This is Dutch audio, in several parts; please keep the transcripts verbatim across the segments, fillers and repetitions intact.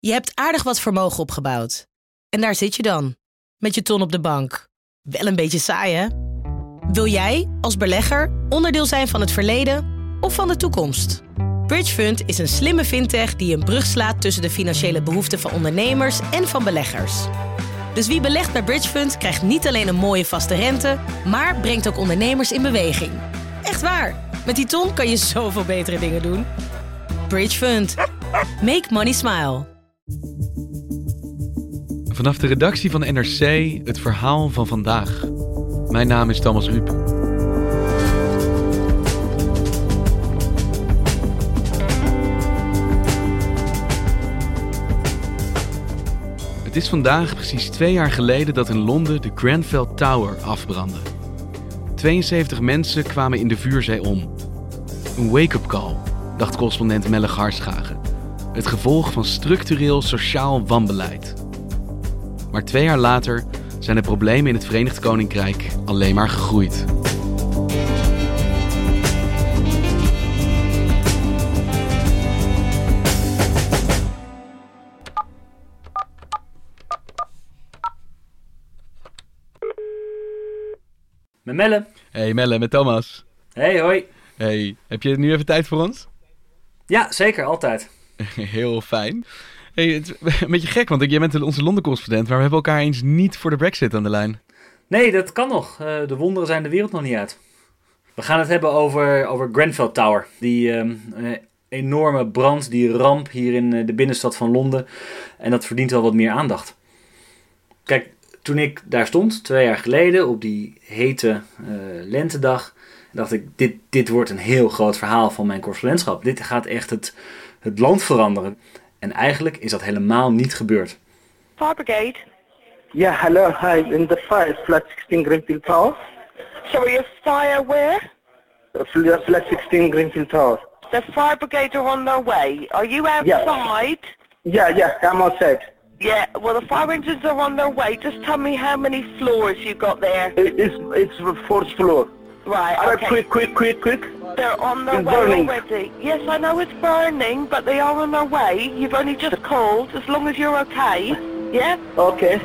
Je hebt aardig wat vermogen opgebouwd. En daar zit je dan, met je ton op de bank. Wel een beetje saai, hè? Wil jij, als belegger, onderdeel zijn van het verleden of van de toekomst? Bridgefund is een slimme fintech die een brug slaat tussen de financiële behoeften van ondernemers en van beleggers. Dus wie belegt bij Bridgefund krijgt niet alleen een mooie vaste rente, maar brengt ook ondernemers in beweging. Echt waar, met die ton kan je zoveel betere dingen doen. Bridgefund. Make money smile. Vanaf de redactie van N R C het verhaal van vandaag. Mijn naam is Thomas Ruip. Het is vandaag precies twee jaar geleden dat in Londen de Grenfell Tower afbrandde. tweeënzeventig mensen kwamen in de vuurzee om. Een wake-up call, dacht correspondent Melle Garschagen. Het gevolg van structureel sociaal wanbeleid. Maar twee jaar later zijn de problemen in het Verenigd Koninkrijk alleen maar gegroeid. Met Melle. Hey Melle, met Thomas. Hey, hoi. Hey, heb je nu even tijd voor ons? Ja, zeker, altijd. Heel fijn. Hey, het is een beetje gek, want jij bent onze Londen-correspondent, maar we hebben elkaar eens niet voor de Brexit aan de lijn. Nee, dat kan nog. Uh, de wonderen zijn de wereld nog niet uit. We gaan het hebben over, over Grenfell Tower. Die uh, enorme brand, die ramp hier in uh, de binnenstad van Londen. En dat verdient wel wat meer aandacht. Kijk, toen ik daar stond, twee jaar geleden, op die hete uh, lentedag, dacht ik, dit, dit wordt een heel groot verhaal van mijn correspondentschap. Dit gaat echt het, het land veranderen. En eigenlijk is dat helemaal niet gebeurd. Fire Brigade. Yeah, hello, hi, in the fire, flat sixteen Greenfield Tower. Sorry, a fire where? Uh, flat sixteen Greenfield Tower. The fire brigade are on their way. Are you outside? Yeah, yeah, I'm outside. Yeah, well the fire engines are on their way. Just tell me how many floors you got there. It, it's, it's the fourth floor. Right, All right, okay. quick, quick, quick, quick. They're on their It's way burning. already. Yes, I know it's burning, but they are on their way. You've only just called, as long as you're okay. Yeah? Okay.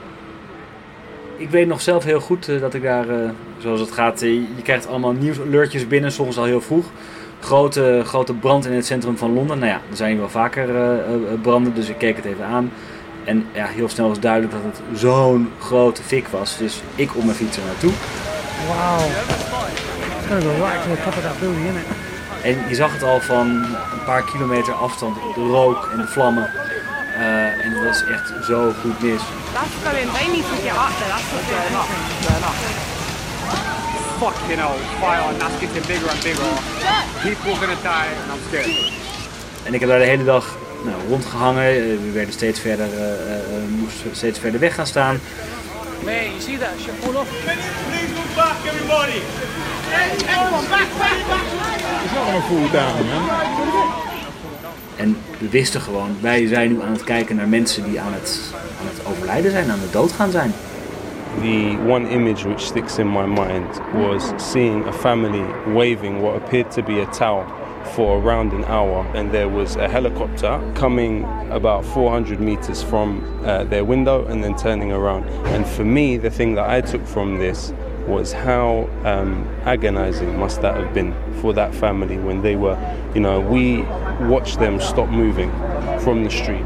Ik weet nog zelf heel goed uh, dat ik daar, uh, zoals het gaat, uh, je krijgt allemaal nieuwsalertjes binnen, soms al heel vroeg. Grote, grote brand in het centrum van Londen. Nou ja, er zijn hier wel vaker uh, uh, branden, dus ik keek het even aan. En ja, heel snel was duidelijk dat het zo'n grote fik was. Dus ik op mijn fiets er naartoe. Wow. It's going to go right to the top of that building, isn't it? En je zag het al van een paar kilometer afstand, de rook en de vlammen. Uh, en het was echt zo goed mis. That's going, they need to get up there, that's what they're doing. Fucking hell, fire and that's getting bigger and bigger. People are gonna die and I'm scared. En ik heb daar de hele dag nou, rondgehangen. We werden steeds verder, uh, uh, moesten steeds verder weg gaan staan. Man, you see that shit fall off? Can you please move back, everybody? Everyone back, back, back! It's not going to fall down, man. En we wisten gewoon, wij zijn nu aan het kijken naar mensen die aan het, aan het overlijden zijn, aan het doodgaan zijn. The one image which sticks in my mind was seeing a family waving what appeared to be a towel for around an hour, and there was a helicopter coming about four hundred meters from uh, their window and then turning around. And for me, the thing that I took from this was how um, agonizing must that have been for that family when they were, you know, we watched them stop moving from the street.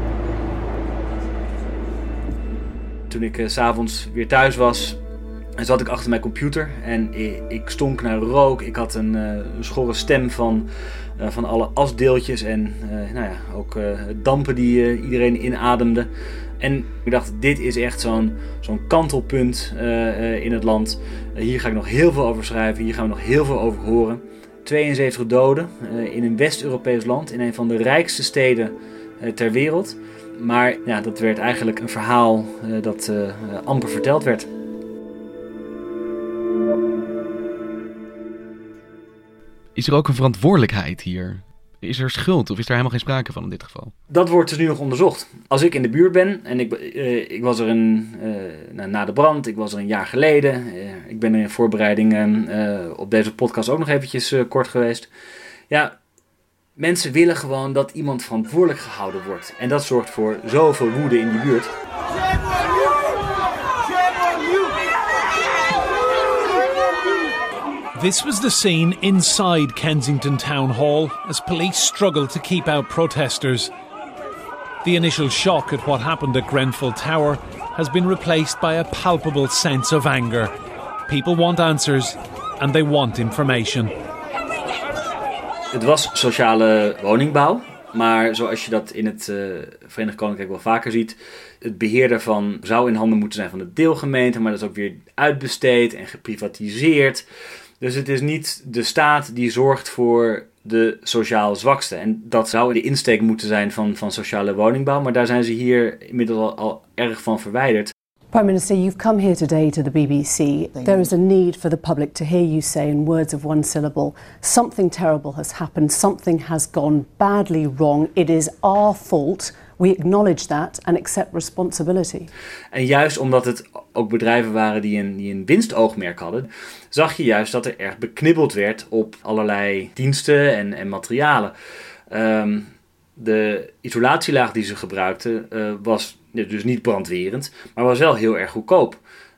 Toen ik uh, 's avonds weer thuis was, zat ik achter mijn computer en ik, ik stonk naar rook. Ik had een, uh, een schorre stem van, uh, van alle asdeeltjes en uh, nou ja, ook uh, dampen die uh, iedereen inademde. En ik dacht, dit is echt zo'n, zo'n kantelpunt uh, uh, in het land. Uh, hier ga ik nog heel veel over schrijven, hier gaan we nog heel veel over horen. tweeënzeventig doden uh, in een West-Europees land, in een van de rijkste steden uh, ter wereld. Maar ja, dat werd eigenlijk een verhaal uh, dat uh, amper verteld werd. Is er ook een verantwoordelijkheid hier? Is er schuld of is er helemaal geen sprake van in dit geval? Dat wordt dus nu nog onderzocht. Als ik in de buurt ben en ik, uh, ik was er een, uh, na de brand, ik was er een jaar geleden. Uh, ik ben er in voorbereiding uh, op deze podcast ook nog eventjes uh, kort geweest. Ja, Mensen willen gewoon dat iemand verantwoordelijk gehouden wordt. En dat zorgt voor zoveel woede in die buurt. This was the scene inside Kensington Town Hall as police struggled to keep out protesters. The initial shock at what happened at Grenfell Tower has been replaced by a palpable sense of anger. People want answers and they want information. Het was sociale woningbouw, maar zoals je dat in het uh, Verenigd Koninkrijk wel vaker ziet, het beheer daarvan zou in handen moeten zijn van de deelgemeente, maar dat is ook weer uitbesteed en geprivatiseerd. Dus het is niet de staat die zorgt voor de sociaal zwakste. En dat zou de insteek moeten zijn van, van sociale woningbouw, maar daar zijn ze hier inmiddels al, al erg van verwijderd. Prime Minister, you've come here today to the B B C. There is a need for the public to hear you say in words of one syllable, something terrible has happened, something has gone badly wrong, it is our fault. We acknowledge that and accept responsibility. En juist omdat het ook bedrijven waren die een, die een winstoogmerk hadden, zag je juist dat er erg beknibbeld werd op allerlei diensten en, en materialen. Um, de isolatielaag die ze gebruikten uh, was dus niet brandwerend, maar was wel heel erg goedkoop.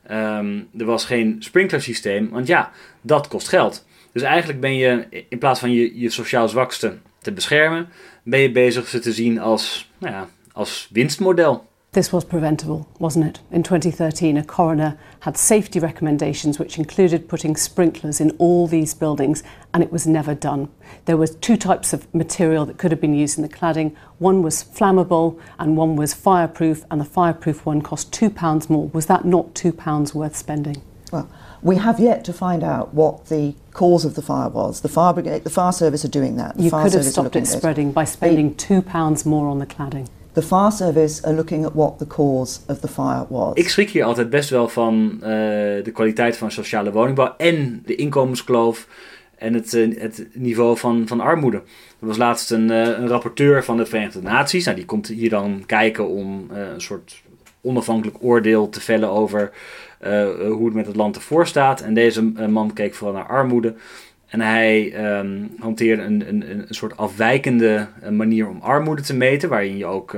Um, er was geen sprinklersysteem, want ja, dat kost geld. Dus eigenlijk ben je, in plaats van je, je sociaal zwakste te beschermen, ben je bezig ze te zien als, nou ja, als winstmodel. This was preventable, wasn't it? In twenty thirteen, a coroner had safety recommendations which included putting sprinklers in all these buildings, and it was never done. There were two types of material that could have been used in the cladding. One was flammable and one was fireproof, and the fireproof one cost two pounds more. Was that not two pounds worth spending? Well, we have yet to find out what the cause of the fire was. The fire brigade, the fire service are doing that. The you fire could have service stopped it spreading by spending two pounds more on the cladding. The fire service are looking at what the cause of the fire was. Ik schrik hier altijd best wel van uh, de kwaliteit van sociale woningbouw en de inkomenskloof en het, uh, het niveau van, van armoede. Er was laatst een, uh, een rapporteur van de Verenigde Naties. Nou, die komt hier dan kijken om uh, een soort onafhankelijk oordeel te vellen over uh, hoe het met het land ervoor staat. En deze uh, man keek vooral naar armoede. En hij um, hanteerde een, een, een soort afwijkende manier om armoede te meten, waarin je ook uh,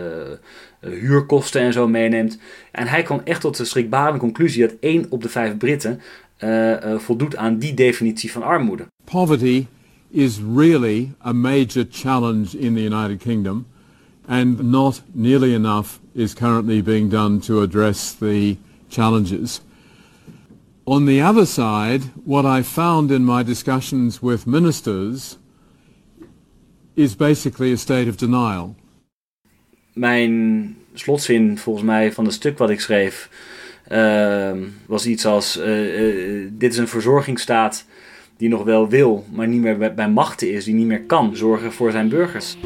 uh, huurkosten en zo meeneemt. En hij kwam echt tot de schrikbarende conclusie dat één op de vijf Britten uh, uh, voldoet aan die definitie van armoede. Poverty is really a major challenge in the United Kingdom, and not nearly enough is currently being done to address the challenges. On the other side, what I found in my discussions with ministers is basically a state of denial. Mijn slotzin volgens mij van het stuk wat ik schreef uh, was iets als uh, uh, dit is een verzorgingsstaat die nog wel wil, maar niet meer bij, bij machten is, die niet meer kan zorgen voor zijn burgers.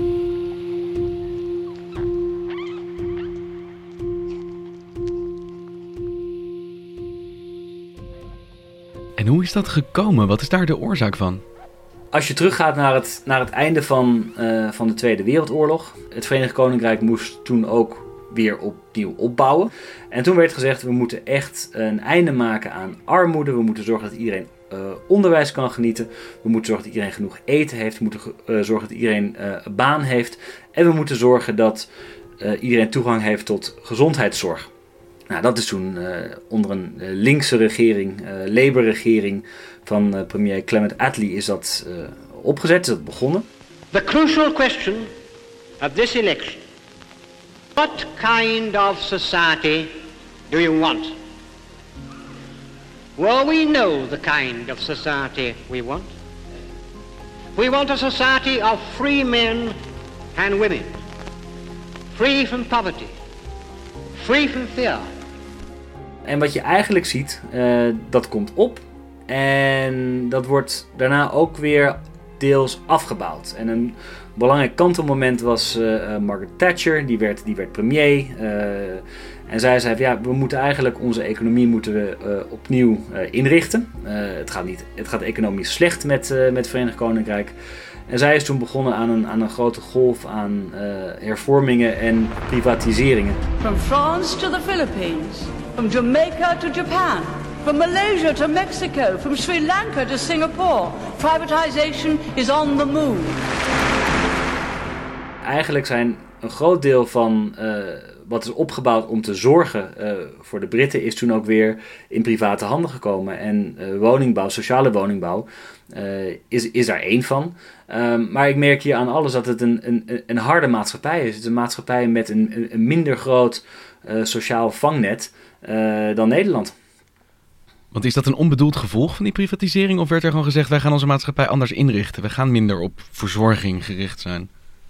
En hoe is dat gekomen? Wat is daar de oorzaak van? Als je teruggaat naar het, naar het einde van, uh, van de Tweede Wereldoorlog. Het Verenigd Koninkrijk moest toen ook weer opnieuw opbouwen. En toen werd gezegd, we moeten echt een einde maken aan armoede. We moeten zorgen dat iedereen uh, onderwijs kan genieten. We moeten zorgen dat iedereen genoeg eten heeft. We moeten uh, zorgen dat iedereen uh, een baan heeft. En we moeten zorgen dat uh, iedereen toegang heeft tot gezondheidszorg. Nou, dat is toen uh, onder een uh, linkse regering, uh, Labour-regering van uh, premier Clement Attlee is dat uh, opgezet, is dat begonnen. The crucial question of this election. What kind of society do you want? Well, we know the kind of society we want. We want a society of free men and women. Free from poverty. Free from fear. En wat je eigenlijk ziet, uh, dat komt op en dat wordt daarna ook weer deels afgebouwd. En een belangrijk kantelmoment was uh, Margaret Thatcher, die werd, die werd premier. Uh, en zij zei, ja, we moeten eigenlijk onze economie moeten we, uh, opnieuw uh, inrichten. Uh, het, gaat niet, het gaat economisch slecht met, uh, met het Verenigd Koninkrijk. En zij is toen begonnen aan een, aan een grote golf aan uh, hervormingen en privatiseringen. From France to the Philippines, from Jamaica to Japan, from Malaysia to Mexico, from Sri Lanka to Singapore, privatization is on the move. Eigenlijk zijn een groot deel van uh, wat is opgebouwd om te zorgen uh, voor de Britten is toen ook weer in private handen gekomen. En uh, woningbouw, sociale woningbouw, uh, is, is daar één van. Um, maar ik merk hier aan alles dat het een, een, een harde maatschappij is. Het is een maatschappij met een, een minder groot uh, sociaal vangnet uh, dan Nederland. Want is dat een onbedoeld gevolg van die privatisering? Of werd er gewoon gezegd, wij gaan onze maatschappij anders inrichten? We gaan minder op verzorging gericht zijn?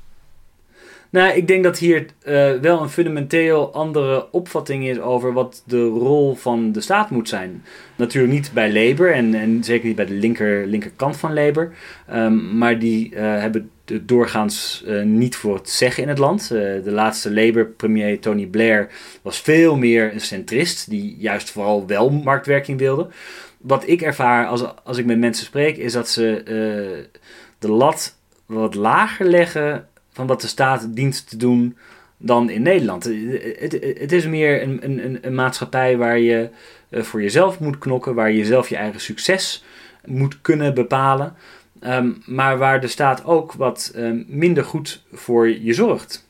Nou, ik denk dat hier uh, wel een fundamenteel andere opvatting is over wat de rol van de staat moet zijn. Natuurlijk niet bij Labour en, en zeker niet bij de linker, linkerkant van Labour. Um, maar die uh, hebben het doorgaans uh, niet voor het zeggen in het land. Uh, de laatste Labour-premier Tony Blair was veel meer een centrist, die juist vooral wel marktwerking wilde. Wat ik ervaar als, als ik met mensen spreek, is dat ze uh, de lat wat lager leggen van wat de staat dient te doen dan in Nederland. Het, het, het is meer een, een, een maatschappij waar je uh, voor jezelf moet knokken, waar je zelf je eigen succes moet kunnen bepalen, um, maar waar de staat ook wat um, minder goed voor je zorgt.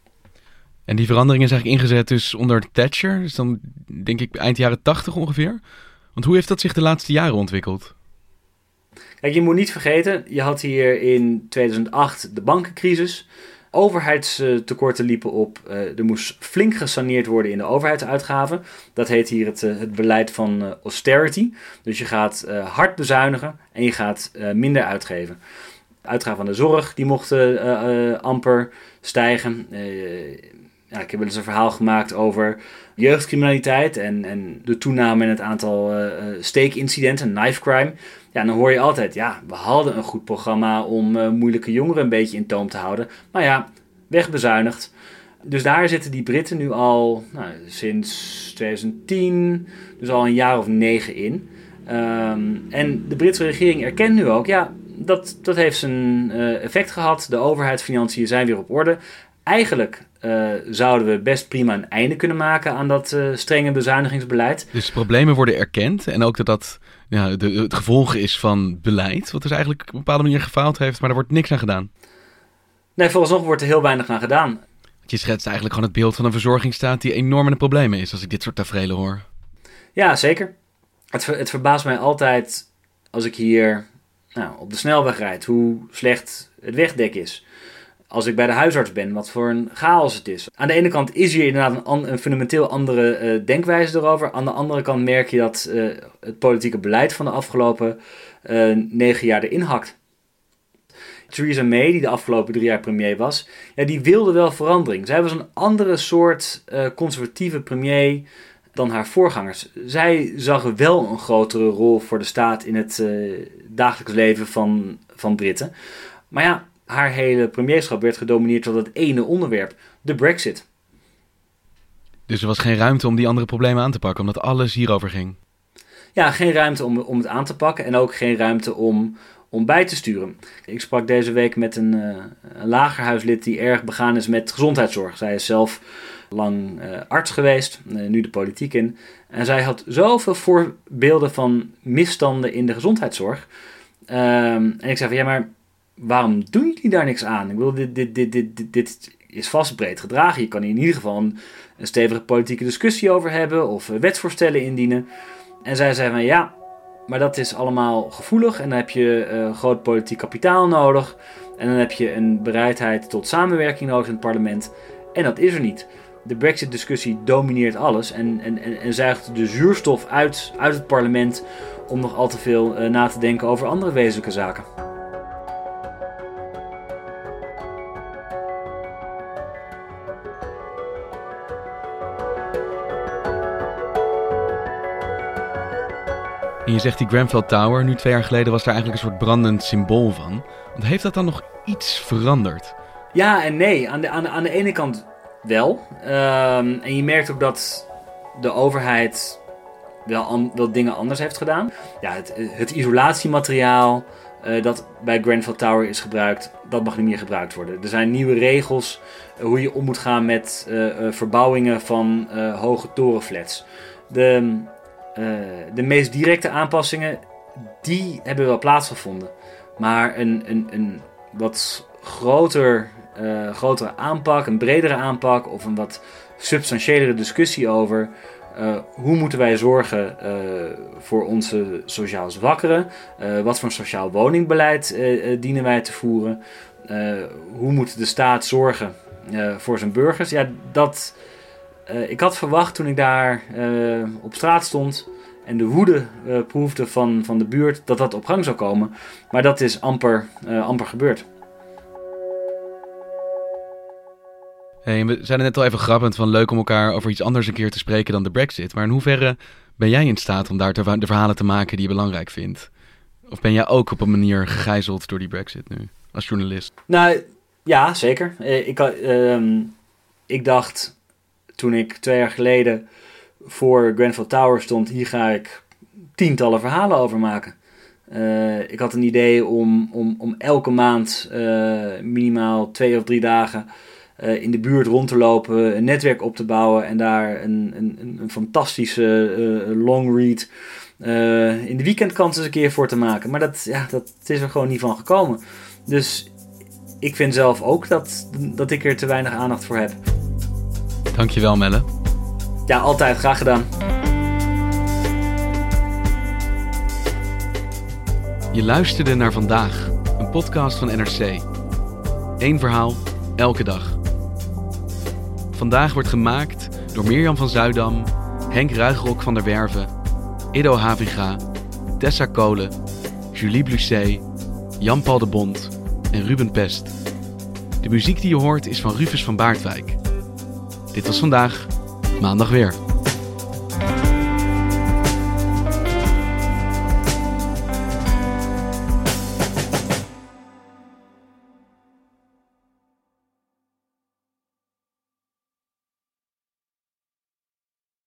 En die verandering is eigenlijk ingezet dus onder Thatcher, dus dan denk ik eind jaren tachtig ongeveer. Want hoe heeft dat zich de laatste jaren ontwikkeld? Kijk, je moet niet vergeten, je had hier in tweeduizend acht de bankencrisis. Overheidstekorten liepen op. Uh, er moest flink gesaneerd worden in de overheidsuitgaven. Dat heet hier het, uh, het beleid van uh, austerity. Dus je gaat uh, hard bezuinigen en je gaat uh, minder uitgeven. Uitgaven aan de zorg, die mochten uh, uh, amper stijgen. Uh, ja, ik heb wel eens een verhaal gemaakt over jeugdcriminaliteit en, en de toename in het aantal uh, steekincidenten, knife crime. Ja, dan hoor je altijd, ja, we hadden een goed programma om uh, moeilijke jongeren een beetje in toom te houden. Maar ja, wegbezuinigd. Dus daar zitten die Britten nu al nou, sinds tweeduizend tien, dus al een jaar of negen in. Um, en de Britse regering erkent nu ook, ja, dat, dat heeft zijn uh, effect gehad. De overheidsfinanciën zijn weer op orde. Eigenlijk uh, zouden we best prima een einde kunnen maken aan dat uh, strenge bezuinigingsbeleid. Dus problemen worden erkend en ook dat dat ja, de, het gevolg is van beleid, wat dus eigenlijk op een bepaalde manier gefaald heeft, maar er wordt niks aan gedaan. Nee, vooralsnog wordt er heel weinig aan gedaan. Je schetst eigenlijk gewoon het beeld van een verzorgingsstaat die enorm in de problemen is, als ik dit soort tafereelen hoor. Ja, zeker. Het, ver, het verbaast mij altijd als ik hier nou, op de snelweg rijd, hoe slecht het wegdek is. Als ik bij de huisarts ben, wat voor een chaos het is. Aan de ene kant is hier inderdaad een, an, een fundamenteel andere uh, denkwijze erover. Aan de andere kant merk je dat uh, het politieke beleid van de afgelopen uh, negen jaar erin hakt. Theresa May, die de afgelopen drie jaar premier was, ja, die wilde wel verandering. Zij was een andere soort uh, conservatieve premier dan haar voorgangers. Zij zag wel een grotere rol voor de staat in het uh, dagelijks leven van, van Britten. Maar ja, haar hele premierschap werd gedomineerd tot het ene onderwerp, de Brexit. Dus er was geen ruimte om die andere problemen aan te pakken, omdat alles hierover ging? Ja, geen ruimte om, om het aan te pakken en ook geen ruimte om, om bij te sturen. Ik sprak deze week met een, uh, een lagerhuislid die erg begaan is met gezondheidszorg. Zij is zelf lang uh, arts geweest, uh, nu de politiek in. En zij had zoveel voorbeelden van misstanden in de gezondheidszorg. Um, en ik zei van, ja, maar waarom doen jullie daar niks aan? Ik bedoel, dit, dit, dit, dit, dit, dit is vast breed gedragen. Je kan hier in ieder geval een, een stevige politieke discussie over hebben of uh, wetsvoorstellen indienen. En zij zei van, ja, maar dat is allemaal gevoelig en dan heb je uh, groot politiek kapitaal nodig. En dan heb je een bereidheid tot samenwerking nodig in het parlement. En dat is er niet. De Brexit-discussie domineert alles en, en, en, en zuigt de zuurstof uit, uit het parlement om nog al te veel uh, na te denken over andere wezenlijke zaken. En je zegt die Grenfell Tower, nu twee jaar geleden was daar eigenlijk een soort brandend symbool van. Want heeft dat dan nog iets veranderd? Ja en nee. Aan de, aan de, aan de ene kant wel. Um, en je merkt ook dat de overheid wel, an, wel dingen anders heeft gedaan. Ja, het, het isolatiemateriaal uh, dat bij Grenfell Tower is gebruikt, dat mag niet meer gebruikt worden. Er zijn nieuwe regels uh, hoe je om moet gaan met uh, uh, verbouwingen van uh, hoge torenflats. De... Uh, de meest directe aanpassingen, die hebben wel plaatsgevonden. Maar een, een, een wat groter, uh, grotere aanpak, een bredere aanpak of een wat substantiëlere discussie over uh, hoe moeten wij zorgen uh, voor onze sociaal zwakkeren, uh, wat voor een sociaal woningbeleid uh, uh, dienen wij te voeren, uh, hoe moet de staat zorgen uh, voor zijn burgers. Ja, dat, uh, ik had verwacht toen ik daar uh, op straat stond en de woede uh, proefde van, van de buurt, dat dat op gang zou komen. Maar dat is amper, uh, amper gebeurd. Hey, we zijn er net al even grappend van leuk om elkaar over iets anders een keer te spreken dan de Brexit. Maar in hoeverre ben jij in staat om daar te, de verhalen te maken die je belangrijk vindt? Of ben jij ook op een manier gegijzeld door die Brexit nu, als journalist? Nou, ja, zeker. Ik, uh, ik dacht toen ik twee jaar geleden voor Grenfell Tower stond, hier ga ik tientallen verhalen over maken. Uh, ik had een idee om, om, om elke maand uh, minimaal twee of drie dagen uh, in de buurt rond te lopen, een netwerk op te bouwen en daar een, een, een fantastische uh, long read uh, in de weekendkant eens een keer voor te maken. Maar dat, ja, dat is er gewoon niet van gekomen. Dus ik vind zelf ook dat, dat ik er te weinig aandacht voor heb. Dankjewel, Melle. Ja, altijd. Graag gedaan. Je luisterde naar Vandaag, een podcast van N R C. Eén verhaal, elke dag. Vandaag wordt gemaakt door Mirjam van Zuidam, Henk Ruigrok van der Werven, Ido Haviga, Tessa Kolen, Julie Blusset, Jan-Paul de Bond en Ruben Pest. De muziek die je hoort is van Rufus van Baardwijk. Dit was Vandaag, maandag weer.